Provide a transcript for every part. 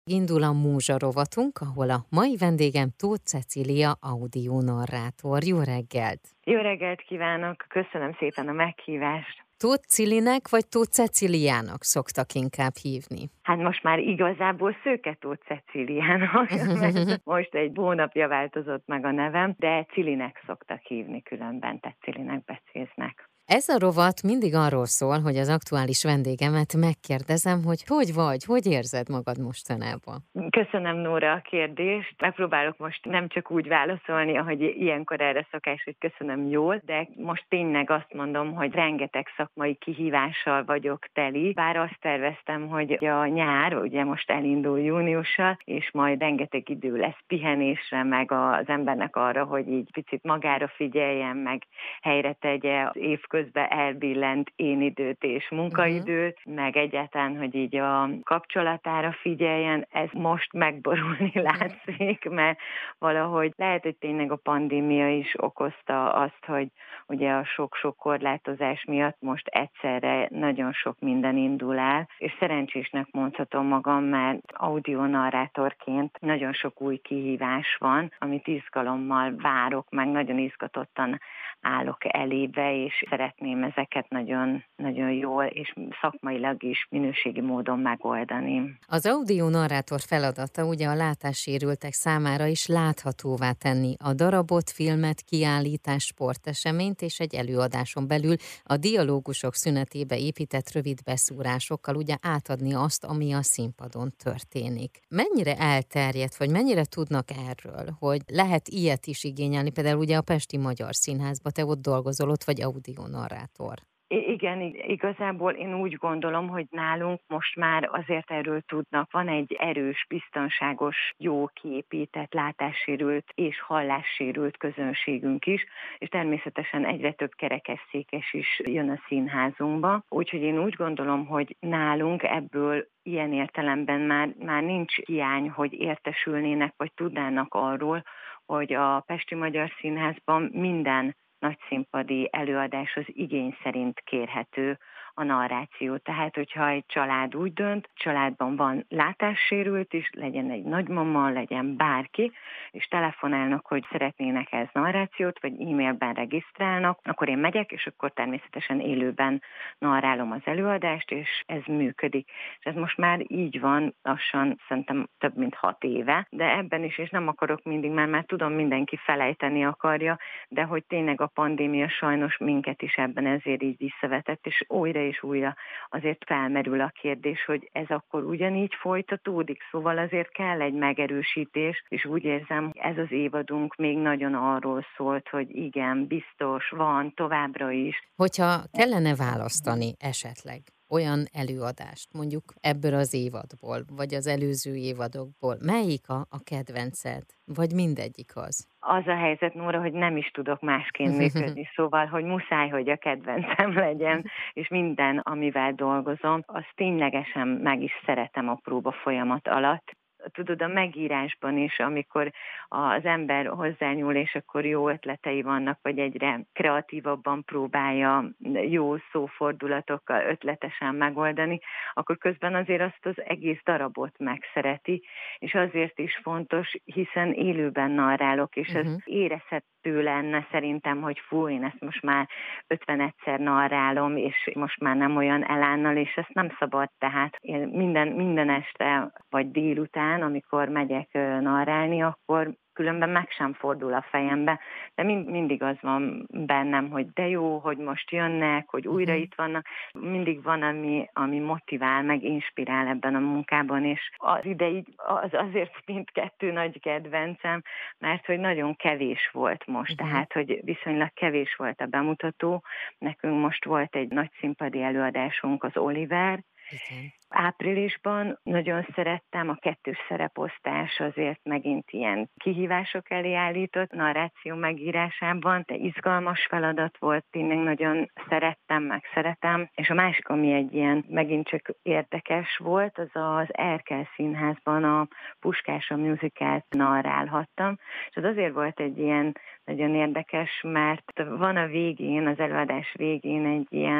Indul a Múzsa rovatunk, ahol a mai vendégem Tóth Cecília audionarrátor. Jó reggelt! Jó reggelt kívánok, köszönöm szépen a meghívást. Tóth Cilinek vagy Tóth Cecíliának szoktak inkább hívni? Hát most már igazából Szőke Tóth Cecíliának, mert most egy hónapja változott meg a nevem, de Cilinek szoktak hívni különben, tehát Cilinek becéznek. Ez a rovat mindig arról szól, hogy az aktuális vendégemet megkérdezem, hogy vagy, hogy érzed magad mostanában? Köszönöm, Nóra, a kérdést. Megpróbálok most nem csak úgy válaszolni, ahogy ilyenkor erre szokás, hogy köszönöm jól, de most tényleg azt mondom, hogy rengeteg szakmai kihívással vagyok teli. Bár azt terveztem, hogy a nyár, ugye most elindul júniussal, és majd rengeteg idő lesz pihenésre, meg az embernek arra, hogy így picit magára figyeljen, meg helyre tegye az év közben elbillent én időt és munkaidőt, meg egyáltalán, hogy így a kapcsolatára figyeljen, ez most megborulni látszik, mert valahogy lehet, hogy tényleg a pandémia is okozta azt, hogy ugye a sok-sok korlátozás miatt most egyszerre nagyon sok minden indul el, és szerencsésnek mondhatom magam, mert audionarrátorként nagyon sok új kihívás van, amit izgalommal várok, meg nagyon izgatottan állok elébe, és szeretném ezeket nagyon, nagyon jól és szakmailag is minőségi módon megoldani. Az audionarrátor feladata ugye a látássérültek számára is láthatóvá tenni a darabot, filmet, kiállítás, sporteseményt és egy előadáson belül a dialógusok szünetébe épített rövid beszúrásokkal ugye átadni azt, ami a színpadon történik. Mennyire elterjedt, vagy mennyire tudnak erről, hogy lehet ilyet is igényelni, például ugye a Pesti Magyar Színházba, te ott dolgozol, ott vagy audionarrátor. Igen, igazából én úgy gondolom, hogy nálunk most már azért erről tudnak. Van egy erős, biztonságos, jó kiépített látássérült és hallássérült közönségünk is, és természetesen egyre több kerekesszékes is jön a színházunkba. Úgyhogy én úgy gondolom, hogy nálunk ebből ilyen értelemben már nincs hiány, hogy értesülnének, vagy tudnának arról, hogy a Pesti Magyar Színházban minden nagyszínpadi előadás az igény szerint kérhető a narráció. Tehát, hogyha egy család úgy dönt, családban van látássérült is, legyen egy nagymama, legyen bárki, és telefonálnak, hogy szeretnének ez narrációt, vagy e-mailben regisztrálnak, akkor én megyek, és akkor természetesen élőben narrálom az előadást, és ez működik. És ez most már így van, lassan szerintem több mint 6 éve, de ebben is, és nem akarok mindig, mert tudom, mindenki felejteni akarja, de hogy tényleg a pandémia sajnos minket is ebben ezért így visszavetett, és újra azért felmerül a kérdés, hogy ez akkor ugyanígy folytatódik, szóval azért kell egy megerősítés, és úgy érzem, ez az évadunk még nagyon arról szólt, hogy igen, biztos, van továbbra is. Hogyha kellene választani esetleg olyan előadást, mondjuk ebből az évadból, vagy az előző évadokból, melyik a kedvenced, vagy mindegyik az? Az a helyzet, Nóra, hogy nem is tudok másként működni, szóval, hogy muszáj, hogy a kedvencem legyen, és minden, amivel dolgozom, azt ténylegesen meg is szeretem a próba folyamat alatt. Tudod, a megírásban is, amikor az ember hozzányúl, és akkor jó ötletei vannak, vagy egyre kreatívabban próbálja jó szófordulatokkal ötletesen megoldani, akkor közben azért azt az egész darabot megszereti, és azért is fontos, hiszen élőben narrálok, és ez érezhető lenne szerintem, hogy fú, én ezt most már 50-szer narrálom, és most már nem olyan elánnal, és ezt nem szabad, tehát én minden este, vagy délután, amikor megyek narrálni, akkor különben meg sem fordul a fejembe, de mindig az van bennem, hogy de jó, hogy most jönnek, hogy újra itt vannak. Mindig van, ami motivál, meg inspirál ebben a munkában, és az idei az azért mindkettő nagy kedvencem, mert hogy nagyon kevés volt most, tehát hogy viszonylag kevés volt a bemutató. Nekünk most volt egy nagy színpadi előadásunk, az Oliver, Igen. Áprilisban nagyon szerettem, a kettős szereposztás azért megint ilyen kihívások elé állított narráció megírásában, de izgalmas feladat volt, tényleg nagyon szerettem, meg szeretem. És a másik, ami egy ilyen megint csak érdekes volt, az az Erkel Színházban a Puskás a musicalt narrálhattam, és az azért volt egy ilyen nagyon érdekes, mert van a végén, az előadás végén egy ilyen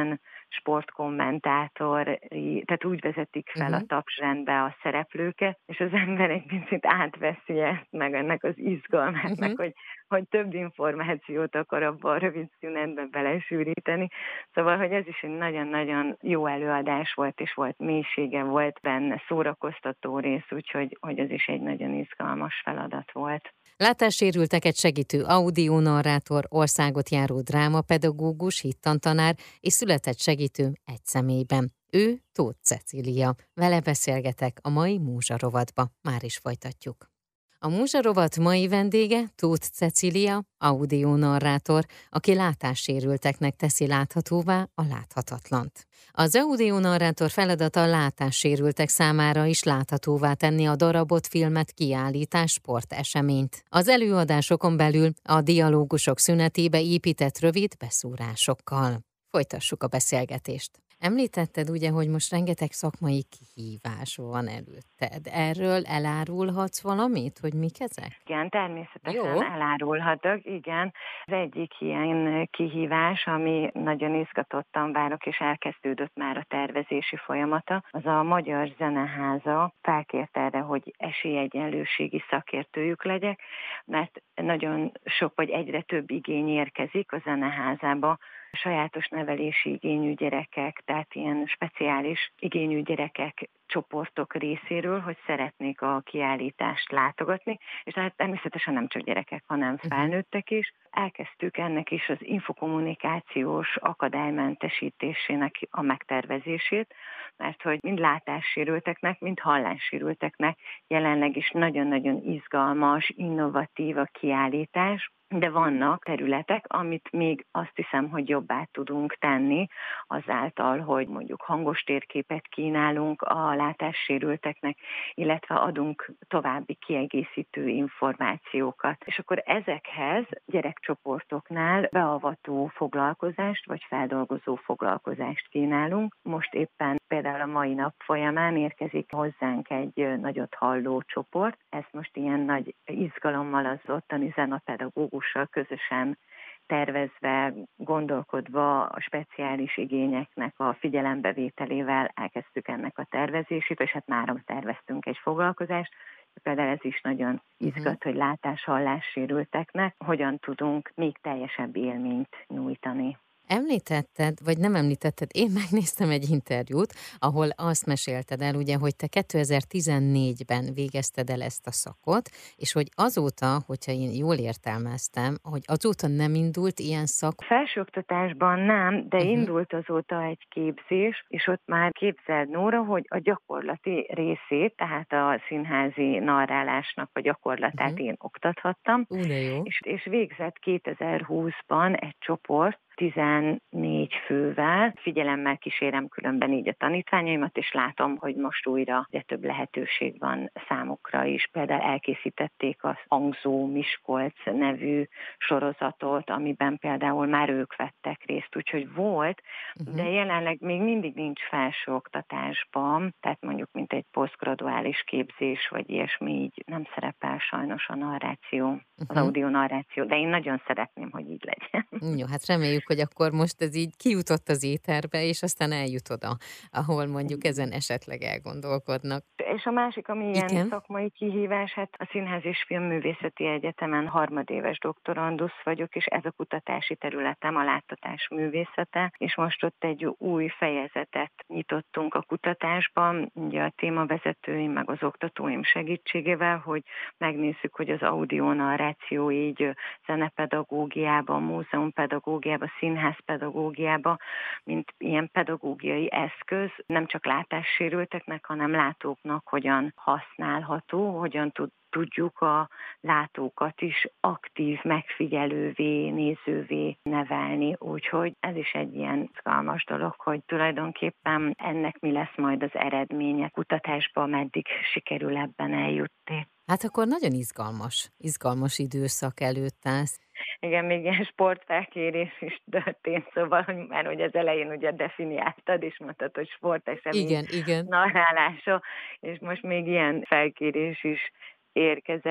sportkommentátori, tehát úgy vezetik fel a tapsrendbe a szereplőket, és az ember egy picit átveszi ezt, meg ennek az izgalmát, meg hogy több információt akar abban a rövid szünetben belesűríteni. Szóval, hogy ez is egy nagyon-nagyon jó előadás volt, és volt mélysége, volt benne szórakoztató rész, úgyhogy ez is egy nagyon izgalmas feladat volt. Látássérülteket segítő audionarrátor, országot járó drámapedagógus, hittantanár és született segítő egy személyben. Ő Tóth Cecília. Vele beszélgetek a mai Múzsa rovatba. Már is folytatjuk. A Múzsa rovat mai vendége Tóth Cecília, audionarrátor, aki látássérülteknek teszi láthatóvá a láthatatlant. Az audionarrátor feladata a látássérültek számára is láthatóvá tenni a darabot, filmet, kiállítás, sporteseményt. Az előadásokon belül a dialógusok szünetébe épített rövid beszúrásokkal. Folytassuk a beszélgetést. Említetted ugye, hogy most rengeteg szakmai kihívás van előtted. Erről elárulhatsz valamit, hogy mik ezek? Igen, természetesen elárulhatok, igen. Az egyik ilyen kihívás, ami nagyon izgatottan várok, és elkezdődött már a tervezési folyamata, az a Magyar Zeneháza felkért erre, hogy esélyegyenlőségi szakértőjük legyek, mert nagyon sok, vagy egyre több igény érkezik a zeneházába, sajátos nevelési igényű gyerekek, tehát ilyen speciális igényű gyerekek csoportok részéről, hogy szeretnék a kiállítást látogatni, és hát természetesen nem csak gyerekek, hanem felnőttek is. Elkezdtük ennek is az infokommunikációs akadálymentesítésének a megtervezését, mert hogy mind látássérülteknek, mind hallássérülteknek jelenleg is nagyon-nagyon izgalmas, innovatív a kiállítás, de vannak területek, amit még azt hiszem, hogy jobbá tudunk tenni azáltal, hogy mondjuk hangos térképet kínálunk a látássérülteknek, illetve adunk további kiegészítő információkat. És akkor ezekhez gyerekcsoportoknál beavató foglalkozást vagy feldolgozó foglalkozást kínálunk. Most éppen például a mai nap folyamán érkezik hozzánk egy nagyot halló csoport. Ezt most ilyen nagy izgalommal az ottani zenepedagógussal közösen tervezve, gondolkodva a speciális igényeknek a figyelembevételével elkezdtük ennek a tervezését, és hát mára terveztünk egy foglalkozást. Például ez is nagyon izgat, hogy látás-hallássérülteknek hogyan tudunk még teljesebb élményt nyújtani. Említetted, vagy nem említetted, én megnéztem egy interjút, ahol azt mesélted el, ugye, hogy te 2014-ben végezted el ezt a szakot, és hogy azóta, hogyha én jól értelmeztem, hogy azóta nem indult ilyen szak. Felsőoktatásban nem, de indult azóta egy képzés, és ott már képzeld, Nóra, hogy a gyakorlati részét, tehát a színházi narrálásnak a gyakorlatát én oktathattam, és végzett 2020-ban egy csoport, 14 fővel. Figyelemmel kísérem különben így a tanítványaimat, és látom, hogy most újra több lehetőség van számukra is. Például elkészítették a Hangzó Miskolc nevű sorozatot, amiben például már ők vettek részt, úgyhogy volt, de jelenleg még mindig nincs felsőoktatásban, tehát mondjuk mint egy posztgraduális képzés, vagy ilyesmi, így nem szerepel sajnos a narráció, az audio narráció, de én nagyon szeretném, hogy így legyen. Jó, hát reméljük, hogy akkor most ez így kijutott az éterbe, és aztán eljut oda, ahol mondjuk ezen esetleg elgondolkodnak. És a másik, ami ilyen szakmai kihívás, hát a Színház és Filmművészeti Egyetemen harmadéves doktorandusz vagyok, és ez a kutatási területem a láttatás művészete, és most ott egy új fejezetet nyitottunk a kutatásban, ugye a témavezetőim, meg az oktatóim segítségével, hogy megnézzük, hogy az audionarráció így zenepedagógiában, múzeumpedagógiában, színházpedagógiában, mint ilyen pedagógiai eszköz, nem csak látássérülteknek, hanem látóknak hogyan használható, hogyan tudjuk a látókat is aktív megfigyelővé, nézővé nevelni. Úgyhogy ez is egy ilyen izgalmas dolog, hogy tulajdonképpen ennek mi lesz majd az eredménye kutatásban, meddig sikerül ebben eljutni. Hát akkor nagyon izgalmas időszak előtt állsz. Igen, még ilyen sportfelkérés is történt, szóval, hogy már hogy az elején ugye definiáltad, és mondtad, hogy sportesemény narrálása, és most még ilyen felkérés is érkezett.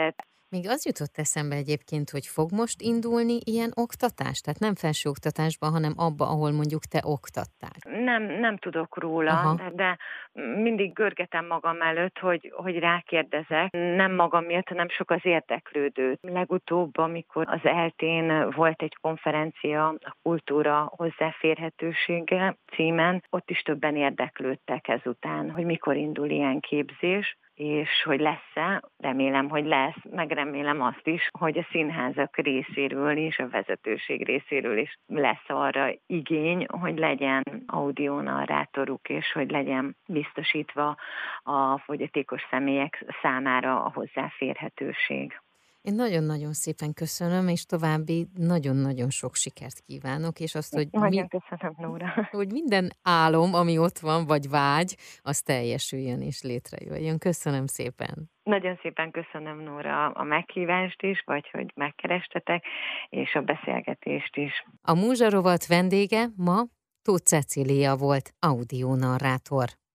Még az jutott eszembe egyébként, hogy fog most indulni ilyen oktatás? Tehát nem felsőoktatásban, hanem abba, ahol mondjuk te oktattál. Nem tudok róla, Aha, de mindig görgetem magam előtt, hogy rákérdezek. Nem magam miatt, hanem sok az érdeklődő. Legutóbb, amikor az ELTén volt egy konferencia a kultúra hozzáférhetősége címen, ott is többen érdeklődtek ezután, hogy mikor indul ilyen képzés, és hogy lesz-e, remélem, hogy lesz, meg remélem azt is, hogy a színházak részéről és a vezetőség részéről is lesz arra igény, hogy legyen audionarrátoruk, és hogy legyen biztosítva a fogyatékos személyek számára a hozzáférhetőség. én nagyon-nagyon szépen köszönöm, és további nagyon-nagyon sok sikert kívánok, és azt, Nagyon köszönöm, Nóra. hogy minden álom, ami ott van, vagy vágy, az teljesüljön és létrejöjjön. Köszönöm szépen. Nagyon szépen köszönöm, Nóra, a meghívást is, vagy hogy megkerestetek, és a beszélgetést is. A Múzsarovat vendége ma Tóth Cecília volt, audionarrátor.